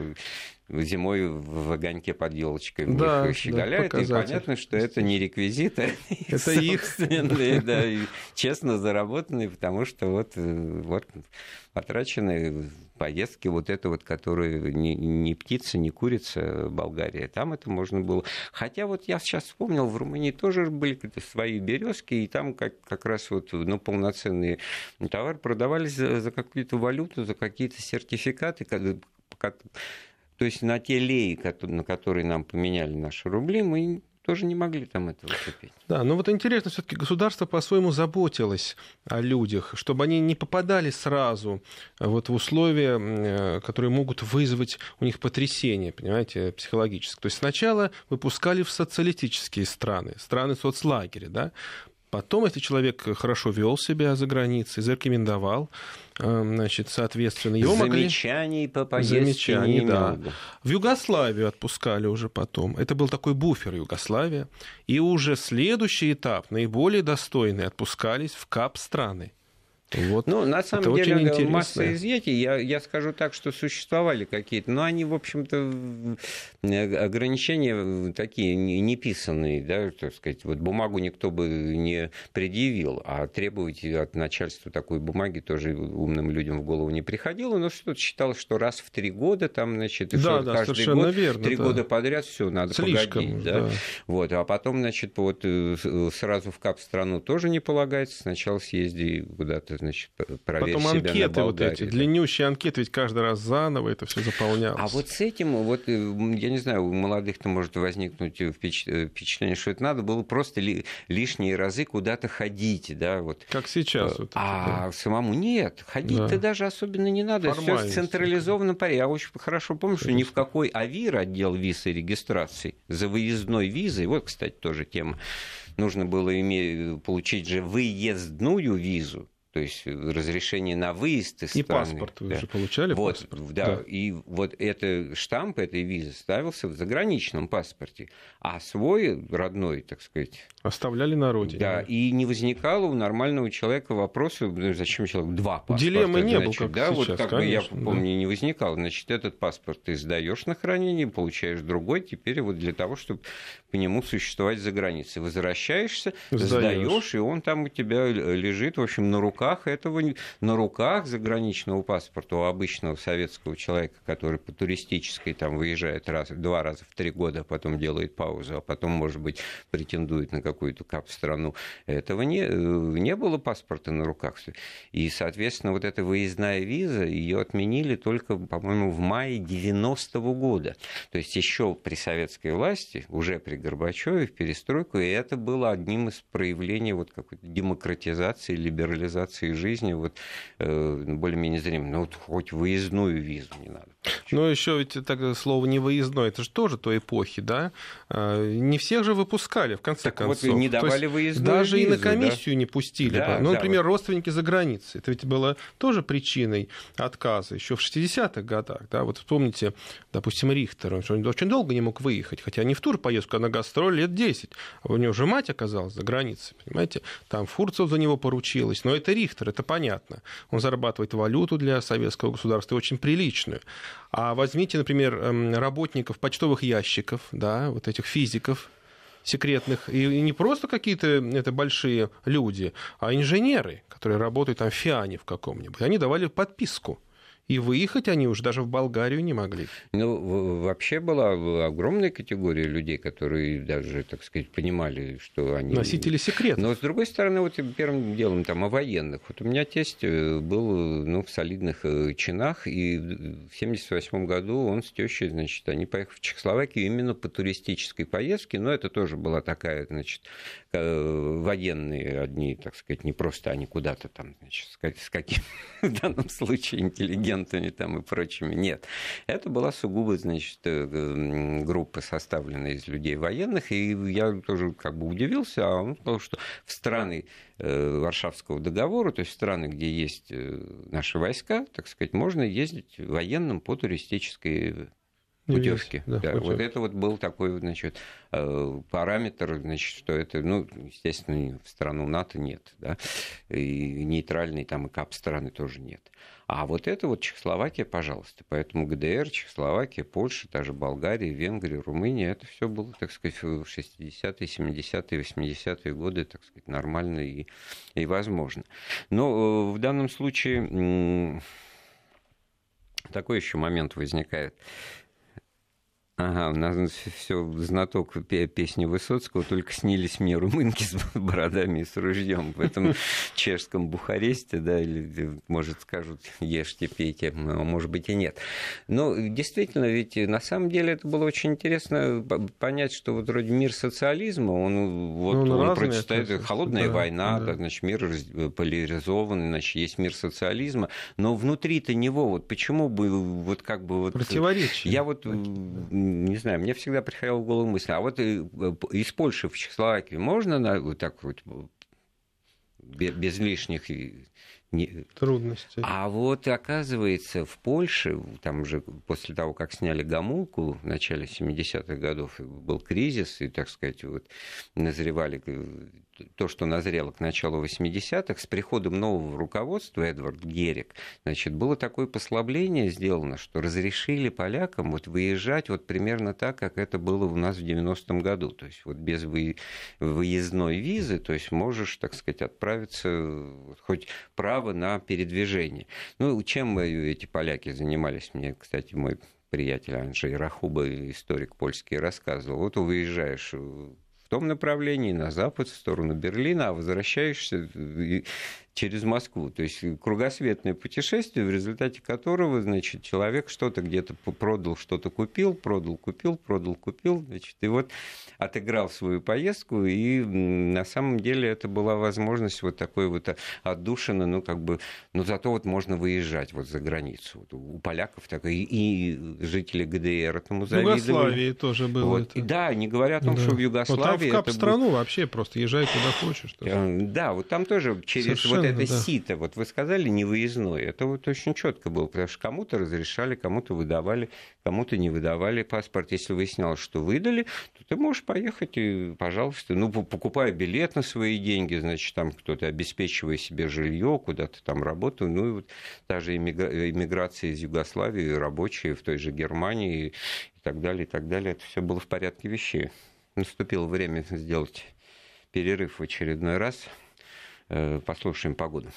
зимой в огоньке под елочкой да, их щеголяют, да, и понятно, что это не реквизит, а это их собственные, да, честно заработанные, потому что вот, вот потраченные поездки, вот это вот, которые не, не птица, не курица, Болгария, там это можно было. Хотя вот я сейчас вспомнил, в Румынии тоже были свои березки, и там как, как раз вот, ну, полноценные товары продавались за, за какую-то валюту, за какие-то сертификаты, то есть на те леи, на которые нам поменяли наши рубли, мы тоже не могли там этого купить. Да, но вот интересно, все-таки государство по-своему заботилось о людях, чтобы они не попадали сразу вот в условия, которые могут вызвать у них потрясение, понимаете, психологическое. То есть сначала выпускали в социалистические страны, страны соцлагеря, да. Потом, если человек хорошо вел себя за границей, зарекомендовал, значит, соответственно, его замечаний могли... по поездке Замечаний, не да. много. В Югославию отпускали уже потом. Это был такой буфер Югославия. И уже следующий этап, наиболее достойные, отпускались в кап-страны. Вот. Ну, на самом это деле, масса изъятий. Я, я скажу так, что существовали какие-то, но они, в общем-то, ограничения такие неписанные, да, так сказать. Вот бумагу никто бы не предъявил, а требовать от начальства такой бумаги тоже умным людям в голову не приходило, но что-то считалось, что раз в три года, там, значит, и да, да, каждый год, верно, три да. года подряд, все надо Слишком, погодить. Да? Да. Вот, а потом, значит, вот сразу в кап-страну тоже не полагается. Сначала съезди куда-то, значит, проверь потом себя анкеты на Болгарии. Вот эти, длиннющие анкеты, ведь каждый раз заново это все заполнялось. А вот с этим, вот, я не знаю, у молодых-то может возникнуть впечатление, что это надо было просто лишние разы куда-то ходить. Да? Вот. Как сейчас. Вот а это, самому нет. Ходить-то да. даже особенно не надо. Все в централизованном порядке. Я очень хорошо помню, что ни в какой АВИР, отдел виз и регистрации, за выездной визой, вот, кстати, тоже тема, нужно было иметь, получить же выездную визу, то есть разрешение на выезд из и страны. Паспорт вы да. же получали? Вот, паспорт? Да, да. И вот этот штамп этой визы ставился в заграничном паспорте, а свой родной, так сказать... Оставляли на родине. Да, и не возникало у нормального человека вопроса, зачем человеку два паспорта. Дилеммы не было, как да, сейчас, вот как конечно, бы я помню, да. не возникало. Значит, этот паспорт ты сдаешь на хранение, получаешь другой, теперь вот для того, чтобы по нему существовать за границей. Возвращаешься, сдаешь, и он там у тебя лежит, в общем, на руках этого, на руках заграничного паспорта у обычного советского человека, который по туристической там выезжает раз, два раза в три года, а потом делает паузу, а потом, может быть, претендует на какую-то кап-страну. Этого не, не было паспорта на руках. И, соответственно, вот эта выездная виза, ее отменили только, по-моему, в мае девяностого года. То есть еще при советской власти, уже при Горбачеве, в перестройку, и это было одним из проявлений вот какой-то демократизации, либерализации жизни, вот, э, более-менее зримо. Ну, вот хоть выездную визу не надо. Но еще ведь так, слово «не выездной», это же тоже той эпохи, да? Не всех же выпускали, в конце так концов. Вот не давали выездную даже визу, и на комиссию да? не пустили. Да, ну, да, например, вот. родственники за границей. Это ведь было тоже причиной отказа еще в шестидесятых годах. Да? Вот вспомните, допустим, Рихтер. Он очень долго не мог выехать, хотя не в турпоездку, а на гастроль лет десять. У него же мать оказалась за границей, понимаете? Там Фурцев за него поручилась. Но это Рихтер, это понятно. Он зарабатывает валюту для советского государства, очень приличную. А возьмите, например, работников почтовых ящиков, да, вот этих физиков секретных, и не просто какие-то это большие люди, а инженеры, которые работают там в ФИАНе в каком-нибудь. Они давали подписку. И выехать они уже даже в Болгарию не могли. Ну, вообще была огромная категория людей, которые даже, так сказать, понимали, что они... Носители секретов. Но, с другой стороны, вот первым делом там о военных. Вот у меня тесть был ну, в солидных чинах, и в семьдесят восьмом году он с тещей, значит, они поехали в Чехословакию именно по туристической поездке, но это тоже была такая, значит, военные одни, так сказать, не просто они куда-то там, значит, с каким в данном случае интеллигентными там и прочими. Нет. Это была сугубо, значит, группа, составленная из людей военных, и я тоже как бы удивился, а он сказал, что в страны Варшавского договора, то есть страны, где есть наши войска, так сказать, можно ездить военным по туристической путевки. Да, да. Вот это вот был такой, значит, параметр, значит, что это, ну, естественно, в страну НАТО нет, да, и нейтральной там и кап-страны тоже нет. А вот это вот Чехословакия, пожалуйста. Поэтому ГДР, Чехословакия, Польша, та же Болгария, Венгрия, Румыния, это все было, так сказать, в шестидесятые, семидесятые, восьмидесятые годы, так сказать, нормально и, и возможно. Но в данном случае такой еще момент возникает. Ага, у нас все знаток песни Высоцкого, только снились мне румынки с бородами и с ружьем в этом чешском Бухаресте, да, или, может, скажут, ешьте, пейте, а может быть и нет. Но действительно, ведь на самом деле это было очень интересно понять, что вот вроде мир социализма, он, вот, ну, он, он противостоит, холодная да, война, да. Да, значит, мир поляризованный, значит, есть мир социализма, но внутри-то него, вот почему бы, вот как бы... Вот, противоречие. Я вот... Не знаю, мне всегда приходила в голову мысль, а вот из Польши в Чехословакию можно вот так вот без лишних Не... Трудности. А вот, оказывается, в Польше, там уже после того, как сняли Гомулку в начале семидесятых годов, был кризис, и, так сказать, вот, назревали то, что назрело к началу восьмидесятых, с приходом нового руководства, Эдвард Герик, значит, было такое послабление сделано, что разрешили полякам вот выезжать вот примерно так, как это было у нас в девяностом году. То есть вот без выездной визы, то есть можешь, так сказать, отправиться, хоть право на передвижение. Ну, чем эти поляки занимались? Мне, кстати, мой приятель Анджей Рахуба, историк польский, рассказывал. Вот выезжаешь в том направлении, на запад, в сторону Берлина, а возвращаешься через Москву. То есть кругосветное путешествие, в результате которого, значит, человек что-то где-то продал, что-то купил, продал, купил, продал, купил, значит, и вот отыграл свою поездку, и на самом деле это была возможность вот такой вот отдушины, ну, как бы, но зато вот можно выезжать вот за границу. Вот у поляков так, и, и жители ГДР этому завидовали. В Югославии тоже было вот. это. И, да, не говоря о том, да. что в Югославии... Вот там в Кап-страну был... вообще просто езжай куда хочешь. Тоже. Да, вот там тоже через Совершенно, вот это да. сито, вот вы сказали, невыездное, это вот очень четко было, потому что кому-то разрешали, кому-то выдавали, кому-то не выдавали паспорт. Если выяснялось, что выдали, то ты можешь поехать и, пожалуйста, ну, покупая билет на свои деньги, значит, там кто-то обеспечивая себе жилье, куда-то там работу, ну, и вот даже иммиграция из Югославии, рабочие в той же Германии и так далее, и так далее, это все было в порядке вещей. Наступило время сделать перерыв в очередной раз. Послушаем погоду.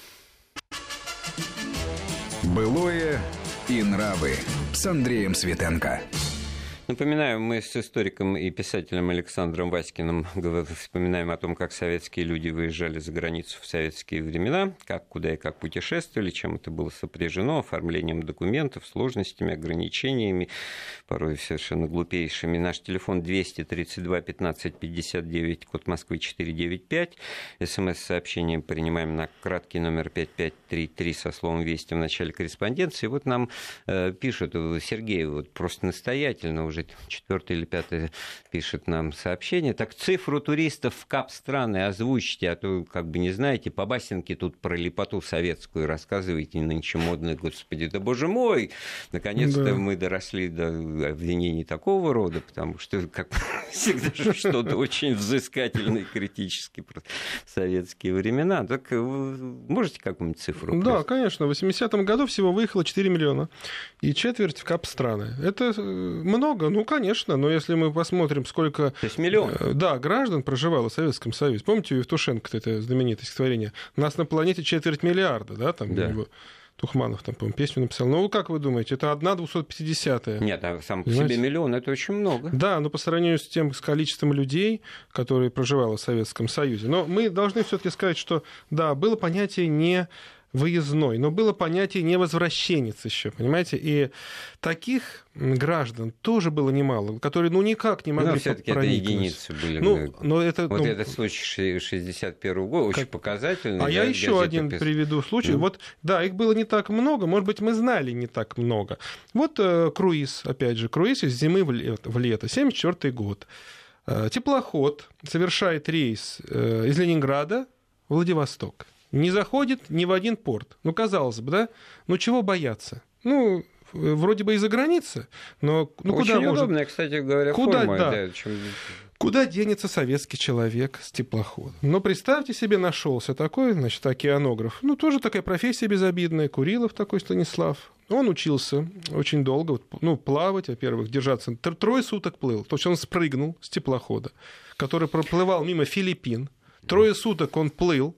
Былое и нравы с Андреем Светенко. Напоминаю, мы с историком и писателем Александром Васькиным вспоминаем о том, как советские люди выезжали за границу в советские времена, как, куда и как путешествовали, чем это было сопряжено, оформлением документов, сложностями, ограничениями, порой совершенно глупейшими. Наш телефон двести тридцать два пятнадцать пятьдесят девять, код Москвы четыреста девяносто пять. СМС-сообщение принимаем на краткий номер пять пять три три со словом «Вести» в начале корреспонденции. Вот нам э, пишут, Сергей, вот просто настоятельно уже четвертое или пятое пишет нам сообщение. Так цифру туристов в Кап-страны озвучите, а то, как бы не знаете, по басенке тут про лепоту советскую рассказываете, нынче модные, господи, да боже мой! Наконец-то да. мы доросли до обвинений такого рода, потому что, как всегда, что-то очень взыскательное и критически про советские времена. Так можете какую-нибудь цифру? Да, конечно. В восьмидесятом году всего выехало четыре миллиона, и четверть в Кап-страны. Это много. Ну, конечно, но если мы посмотрим, сколько... То есть миллион? Да, граждан проживало в Советском Союзе. Помните, у Евтушенко это знаменитое стихотворение? Нас на планете четверть миллиарда, да? Там да. Его... Тухманов там, по-моему, песню написал. Ну, как вы думаете, это одна двухсот пятидесятая? Нет, а сам по себе миллион, это очень много. Да, но по сравнению с тем с количеством людей, которые проживало в Советском Союзе. Но мы должны все-таки сказать, что, да, было понятие не... выездной, но было понятие невозвращенец еще, понимаете, и таких граждан тоже было немало, которые, ну, никак не могли проникнуть. Но все-таки это единицы были. Ну, но это, вот ну, этот случай шестьдесят первого года очень как... показательный. А я еще один пис... приведу случай. Mm. Вот, да, их было не так много, может быть, мы знали не так много. Вот э, круиз, опять же, круиз из зимы в лето, в лето, семьдесят четвёртый год. Э, теплоход совершает рейс э, из Ленинграда в Владивосток. Не заходит ни в один порт. Ну, казалось бы, да? Ну, чего бояться? Ну, вроде бы из-за границы, но ну, очень куда удобная, может... кстати говоря, куда, форма. Да. Да, чем... Куда денется советский человек с теплоходом? Но представьте себе, нашелся такой, значит, океанограф. Ну, тоже такая профессия безобидная. Курилов такой Станислав. Он учился очень долго, ну, плавать, во-первых, держаться. Трое суток плыл. То есть он спрыгнул с теплохода, который проплывал мимо Филиппин. Трое суток он плыл.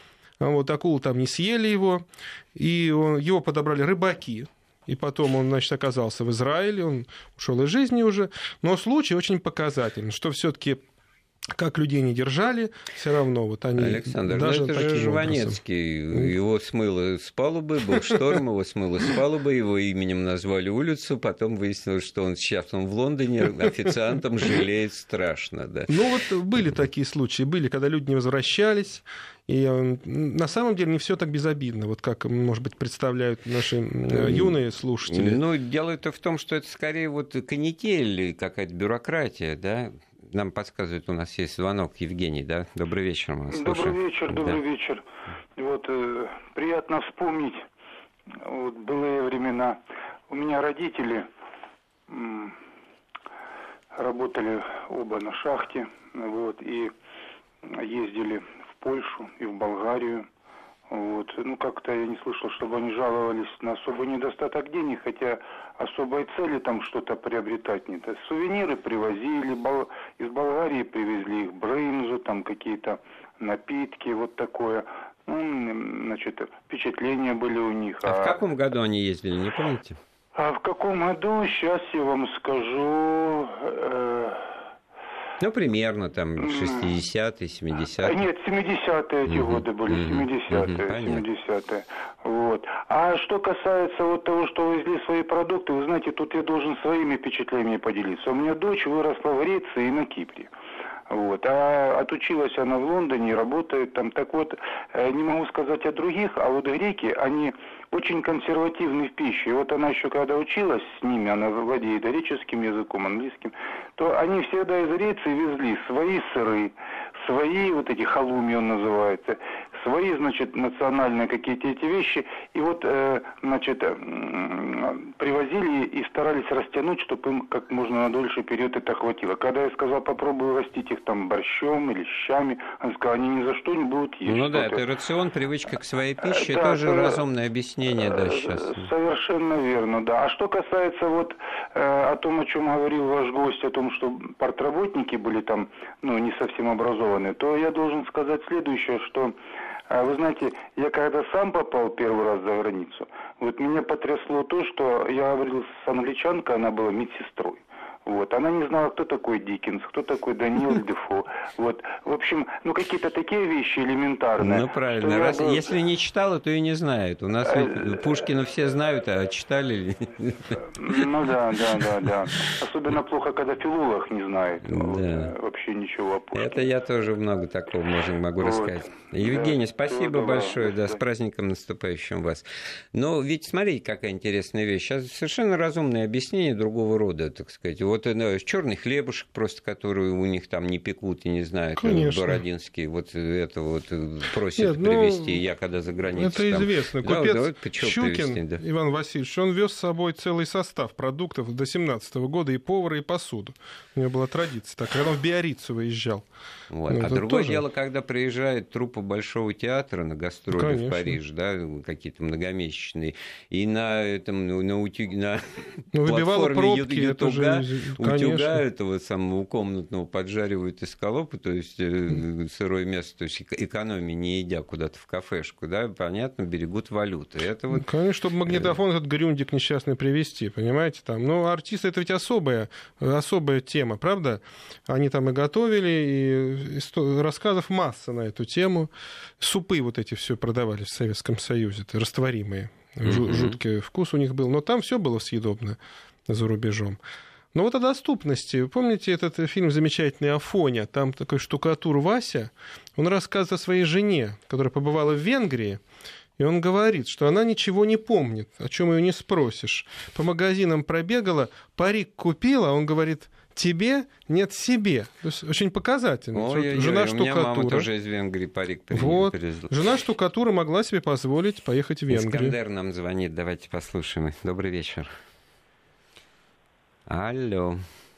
Вот акулы там не съели его, и он, его подобрали рыбаки. И потом он, значит, оказался в Израиле, он ушел из жизни уже. Но случай очень показательный, что все-таки как людей не держали, все равно вот они... Александр, даже ну это же Жванецкий. Образом. Его смыло с палубы, был шторм, его смыло с палубы, его именем назвали улицу, потом выяснилось, что он сейчас он в Лондоне официантом жалеет страшно. Да. Ну вот были такие случаи, были, когда люди не возвращались. И на самом деле не все так безобидно, вот как, может быть, представляют наши юные слушатели. Ну, дело-то в том, что это скорее вот канитель, какая-то бюрократия, да. нам подсказывает, у нас есть звонок. Евгений, да? Добрый вечер, мы вас слушаем. Добрый вечер, добрый да. вечер. Вот, э, приятно вспомнить вот, былые времена. У меня родители м, работали оба на шахте, вот, и ездили в Польшу и в Болгарию. Вот. Ну, как-то я не слышал, чтобы они жаловались на особый недостаток денег, хотя особой цели там что-то приобретать нет. Сувениры привозили, бол... из Болгарии привезли их брынзу, там какие-то напитки, вот такое. Ну, значит, впечатления были у них. А, а в каком году они ездили, не помните? А в каком году, сейчас я вам скажу... Э... Ну, примерно, там, шестидесятые, семидесятые. Нет, семидесятые эти угу. годы были, семидесятые, угу. семидесятые. Вот. А что касается вот того, что везли свои продукты, вы знаете, тут я должен своими впечатлениями поделиться. У меня дочь выросла в Греции и на Кипре. Вот. А отучилась она в Лондоне, работает там. Так вот, не могу сказать о других, а вот греки, они очень консервативны в пище. И вот она еще когда училась с ними, она владеет греческим языком, английским, то они всегда из Греции везли свои сыры, свои вот эти халуми он называется, свои, значит, национальные какие-то эти вещи. И вот, э, значит, э, привозили и старались растянуть, чтобы им как можно на дольший период это хватило. Когда я сказал, попробую растить их там борщом или щами, он сказал, они ни за что не будут есть. Ну да, это рацион, привычка к своей пище, да, тоже это разумное объяснение, да, сейчас. Совершенно верно, да. А что касается вот э, о том, о чем говорил ваш гость, о том, что партработники были там, ну, не совсем образованы, то я должен сказать следующее, что вы знаете, я когда сам попал первый раз за границу, вот меня потрясло то, что я говорил с англичанкой, она была медсестрой. Вот. Она не знала, кто такой Диккенс, кто такой Даниэл Дефо. Вот. В общем, ну какие-то такие вещи элементарные. Ну правильно. Раз, был... Если не читала, то и не знает. У нас Пушкина все знают, а читали... Ну да, да, да, да. Особенно плохо, когда филолог не знает да. вообще ничего о Пушкине. Это я тоже много такого можно, могу вот. рассказать. Евгений, да, спасибо большое. Да, с праздником наступающим вас. Но ведь смотрите, какая интересная вещь. Сейчас совершенно разумное объяснение другого рода, так сказать. Вот ну, черный хлебушек просто, который у них там не пекут и не знают, Конечно. Бородинский, вот это вот просит Нет, привезти. Ну, я когда за границей... Это там, известно. Да, Купец да, вот, Щукин, привезти, да. Иван Васильевич, он вез с собой целый состав продуктов до семнадцатого года, и повара, и посуду. У него была традиция так, когда он в Биаррицу выезжал. Вот. А другое тоже... дело, когда приезжает труппа Большого театра на гастроли Конечно. в Париж, да, какие-то многомесячные, и на этом, на, утюг, на ну, платформе пробки, Ютуга, это же... утюга этого самого комнатного поджаривают эскалопы, то есть э, сырое мясо, то есть экономии не едя куда-то в кафешку, да, понятно, берегут валюты. Это вот... Конечно, чтобы магнитофон этот грюндик несчастный привезти, понимаете, там. Но артисты это ведь особая, особая тема, правда? Они там и готовили, и рассказов масса на эту тему. Супы вот эти все продавались в Советском Союзе, растворимые. Mm-hmm. Жуткий вкус у них был. Но там все было съедобно за рубежом. Но вот о доступности. Помните этот фильм замечательный «Афоня»? Там такой штукатур Вася, он рассказывает о своей жене, которая побывала в Венгрии, и он говорит, что она ничего не помнит, о чем ее не спросишь. По магазинам пробегала, парик купила, он говорит... Тебе нет себе. То есть очень показательно. Ой, вот жена ой, штукатура. У меня мама тоже из Венгрии парик вот. привезла. Жена штукатура могла себе позволить поехать в Венгрию. Искандер нам звонит. Давайте послушаем. Добрый вечер. Алло.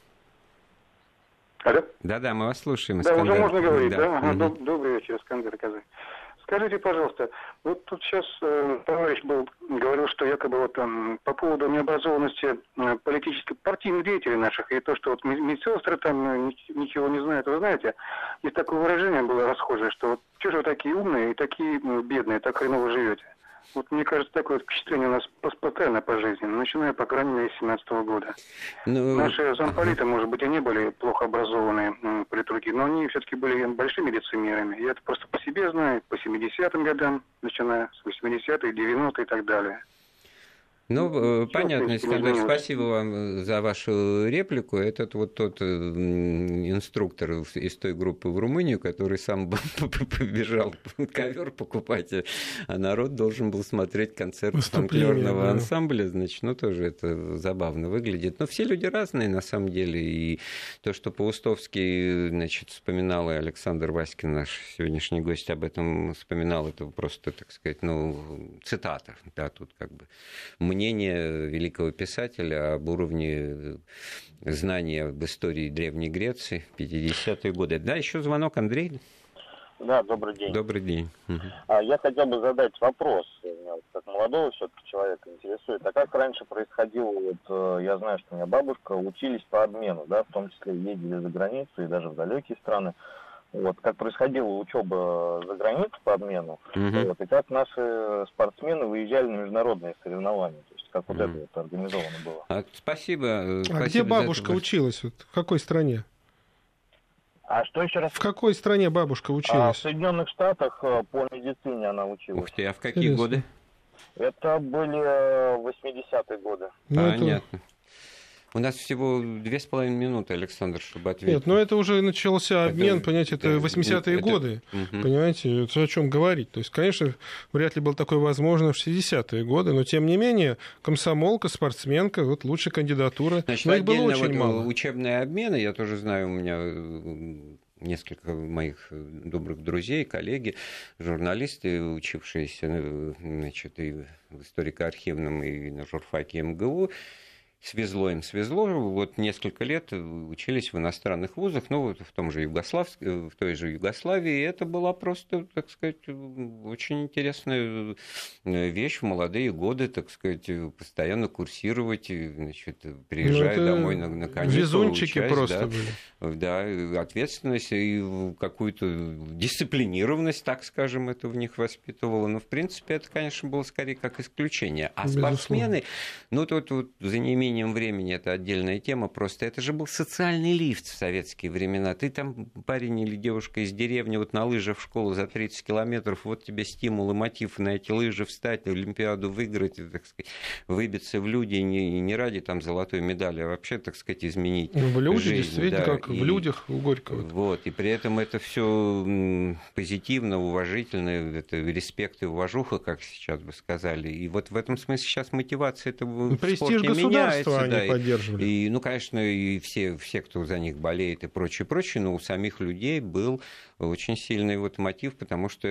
Алло. Да-да, мы вас слушаем, Искандер. Да, уже можно говорить, да? да? Ага. Угу. Добрый вечер, Искандер Казань. Скажите, пожалуйста, вот тут сейчас э, товарищ был, говорил, что якобы вот там по поводу необразованности э, политических партийных деятелей наших, и то, что вот медсестры там э, ничего не знают. Вы знаете, есть такое выражение было расхожее, что вот что же вы такие умные и такие ну, бедные, так хреново живете. Вот мне кажется, такое впечатление у нас постоянно по жизни, начиная, по крайней мере, с семнадцатого года. Ну... Наши замполиты, может быть, и не были плохо образованные м, политруки, но они все-таки были большими лицемерами. Я это просто по себе знаю, по семидесятым годам, начиная с восьмидесятых, девяностых и так далее. Ну, понятно, Искандер, спасибо вам за вашу реплику. Этот вот тот инструктор из той группы в Румынию, который сам побежал ковер покупать, а народ должен был смотреть концерт фольклорного ансамбля, значит, ну, тоже это забавно выглядит. Но все люди разные, на самом деле, и то, что Паустовский, значит, вспоминал, и Александр Васькин, наш сегодняшний гость, об этом вспоминал, это просто, так сказать, ну, цитата, да, тут как бы мнение великого писателя об уровне знания об истории Древней Греции в пятидесятые годы. Да, еще звонок, Андрей. Да, добрый день. Добрый день. Угу. Я хотел бы задать вопрос, меня как молодого все-таки человека интересует. А как раньше происходило, вот я знаю, что у меня бабушка учились по обмену, да, в том числе ездили за границу и даже в далекие страны. Вот, как происходила учеба за границей по обмену, uh-huh. вот, и как наши спортсмены выезжали на международные соревнования, то есть как uh-huh. вот это вот организовано было. А, спасибо. А спасибо где бабушка это... училась? Вот, в какой стране? А что еще раз? В какой стране бабушка училась? А, в Соединенных Штатах по медицине она училась. Ух ты, а в какие Интересно. годы? Это были восьмидесятые годы. Ну, Понятно. Это... У нас всего две с половиной минуты, Александр, чтобы ответить. Нет, но это уже начался обмен, это, понимаете, это восьмидесятые это, годы, угу. понимаете, это о чем говорить. То есть, конечно, вряд ли было такое возможно в шестидесятые годы, но, тем не менее, комсомолка, спортсменка, вот лучшая кандидатура. Значит, но их было отдельно очень вот мало. Учебные обмены, я тоже знаю, у меня несколько моих добрых друзей, коллеги, журналисты, учившиеся, значит, и в историко-архивном, и на журфаке эм гэ у, свезло им, свезло. Вот несколько лет учились в иностранных вузах, ну, вот в том же Югославск... в той же Югославии. И это была просто, так сказать, очень интересная вещь в молодые годы, так сказать, постоянно курсировать, значит, приезжая ну, домой на, на каникулы. Везунчики учась, просто да, были. Да, ответственность и какую-то дисциплинированность, так скажем, это в них воспитывало. Но, в принципе, это, конечно, было скорее как исключение. А Безусловно. Спортсмены, ну, тут вот за неимением времени это отдельная тема, просто это же был социальный лифт в советские времена. Ты там парень или девушка из деревни, вот на лыжах в школу за тридцать километров, вот тебе стимул и мотив на эти лыжи встать, Олимпиаду выиграть, и, так сказать, выбиться в люди не, не ради там золотой медали, а вообще, так сказать, изменить в люди, жизнь. Действительно, Да, как и, в людях у Горького. Вот, и при этом это все позитивно, уважительно, это респект и уважуха, как сейчас бы сказали. И вот в этом смысле сейчас мотивация это в престиж спорте государства меняется, они да, поддерживали. И, ну, конечно, и все, все, кто за них болеет и прочее, прочее, но у самих людей был очень сильный вот мотив, потому что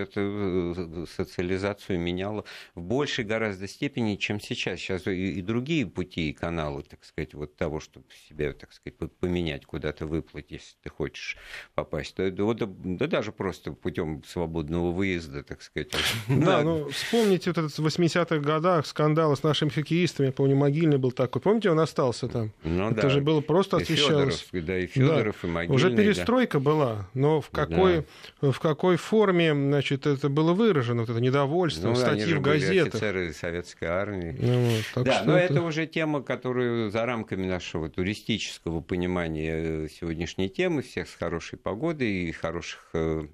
это социализацию меняло в большей гораздо степени, чем сейчас. Сейчас и, и другие пути и каналы, так сказать, вот того, чтобы себя, так сказать, поменять, куда-то выплыть, если ты хочешь попасть. Да, да, да даже просто путем свободного выезда, так сказать. Да, ну, вспомните вот этот в восьмидесятых годах скандал с нашими хоккеистами, я помню, Могильный был такой. Помните, он остался там? Ну, это да. же было просто и освещалось. Фёдоров, да, и Фёдоров, да. и Могильный. Уже перестройка да. была, но в какой, да. в какой форме, значит, это было выражено, вот это недовольство, ну, статьи они же в газетах. Были офицеры советской армии. Ну, вот, да, но это... это уже тема, которая за рамками нашего туристического понимания сегодняшней темы, всех с хорошей погодой и хороших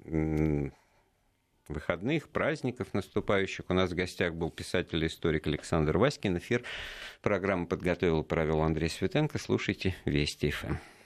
выходных, праздников наступающих. У нас в гостях был писатель и историк Александр Васькин. Эфир программы подготовил и провел Андрей Светенко. Слушайте Вести эф эм.